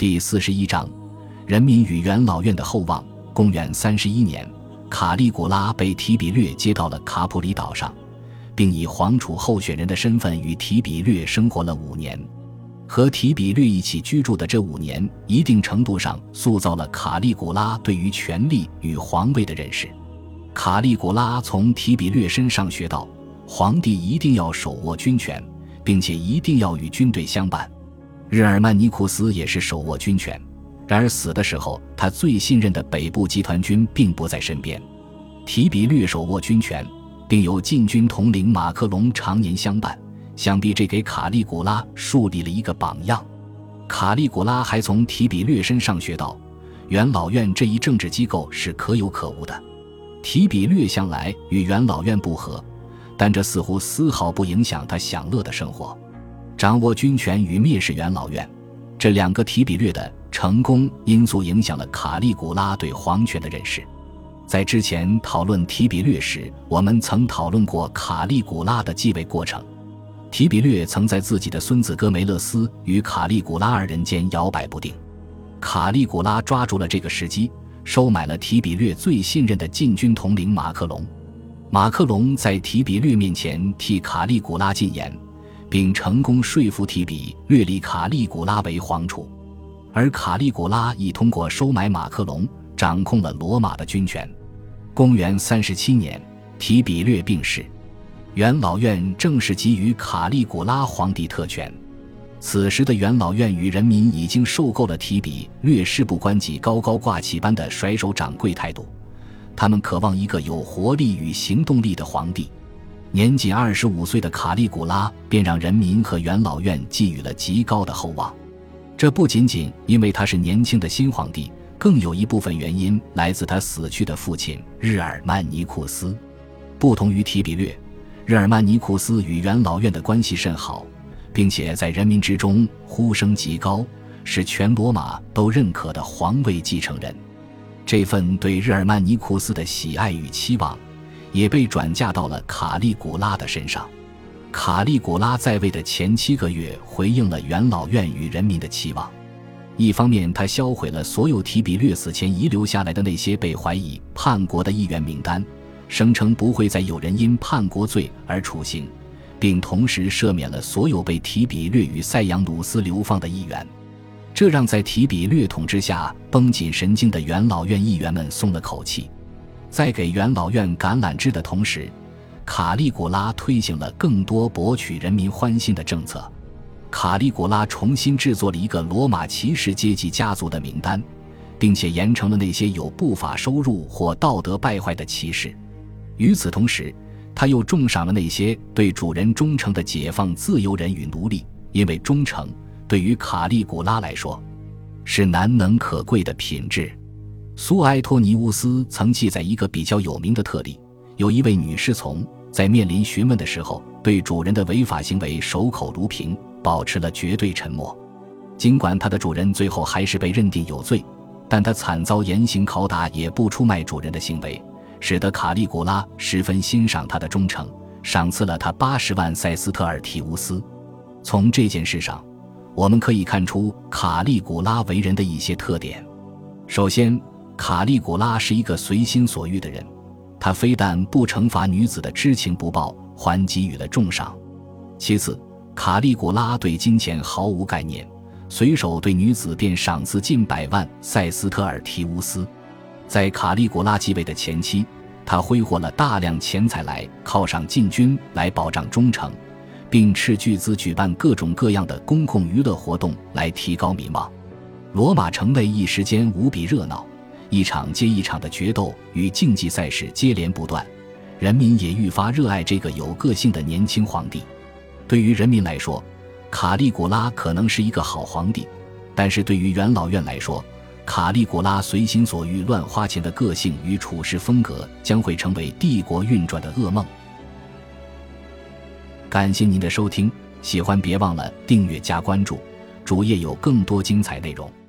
第41章，人民与元老院的厚望。公元31年，卡利古拉被提比略接到了卡普里岛上，并以皇储候选人的身份与提比略生活了5年。和提比略一起居住的这5年，一定程度上塑造了卡利古拉对于权力与皇位的认识。卡利古拉从提比略身上学到，皇帝一定要手握军权，并且一定要与军队相伴。日耳曼尼库斯也是手握军权，然而死的时候，他最信任的北部集团军并不在身边。提比略手握军权，并由禁军统领马克龙常年相伴，想必这给卡利古拉树立了一个榜样。卡利古拉还从提比略身上学到，元老院这一政治机构是可有可无的。提比略向来与元老院不和，但这似乎丝毫不影响他享乐的生活。掌握军权与蔑视元老院，这2个提比略的成功因素影响了卡利古拉对皇权的认识。在之前讨论提比略时，我们曾讨论过卡利古拉的继位过程。提比略曾在自己的孙子哥梅勒斯与卡利古拉2人间摇摆不定，卡利古拉抓住了这个时机，收买了提比略最信任的禁军统领马克龙。马克龙在提比略面前替卡利古拉进言，并成功说服提比略立卡利古拉为皇储，而卡利古拉亦通过收买马克龙掌控了罗马的军权。公元37年，提比略病逝，元老院正式给予卡利古拉皇帝特权。此时的元老院与人民已经受够了提比略事不关己高高挂起般的甩手掌柜态度，他们渴望一个有活力与行动力的皇帝。年仅25岁的卡利古拉便让人民和元老院寄予了极高的厚望。这不仅仅因为他是年轻的新皇帝，更有一部分原因来自他死去的父亲日耳曼尼库斯。不同于提比略，日耳曼尼库斯与元老院的关系甚好，并且在人民之中呼声极高，是全罗马都认可的皇位继承人。这份对日耳曼尼库斯的喜爱与期望也被转嫁到了卡利古拉的身上。卡利古拉在位的前7个月回应了元老院与人民的期望。一方面，他销毁了所有提比略死前遗留下来的那些被怀疑叛国的议员名单，声称不会再有人因叛国罪而处刑，并同时赦免了所有被提比略与塞扬努斯流放的议员。这让在提比略统治下绷紧神经的元老院议员们松了口气。在给元老院橄榄枝的同时，卡利古拉推行了更多博取人民欢心的政策。卡利古拉重新制作了一个罗马骑士阶级家族的名单，并且严惩了那些有不法收入或道德败坏的骑士。与此同时，他又重赏了那些对主人忠诚的解放自由人与奴隶，因为忠诚对于卡利古拉来说是难能可贵的品质。苏埃托尼乌斯曾记载一个比较有名的特例，有一位女侍从在面临询问的时候，对主人的违法行为守口如瓶，保持了绝对沉默。尽管她的主人最后还是被认定有罪，但她惨遭严刑拷打也不出卖主人的行为，使得卡利古拉十分欣赏他的忠诚，赏赐了他80万塞斯特尔提乌斯。从这件事上，我们可以看出卡利古拉为人的一些特点。首先，卡利古拉是一个随心所欲的人，他非但不惩罚女子的知情不报，还给予了重赏。其次，卡利古拉对金钱毫无概念，随手对女子便赏赐近100万塞斯特尔提乌斯。在卡利古拉继位的前期，他挥霍了大量钱财来犒赏禁军来保障忠诚，并斥巨资举办各种各样的公共娱乐活动来提高民望。罗马城内一时间无比热闹，一场接一场的决斗与竞技赛事接连不断，人民也愈发热爱这个有个性的年轻皇帝。对于人民来说，卡利古拉可能是一个好皇帝，但是对于元老院来说，卡利古拉随心所欲乱花钱的个性与处事风格将会成为帝国运转的噩梦。感谢您的收听，喜欢别忘了订阅加关注，主页有更多精彩内容。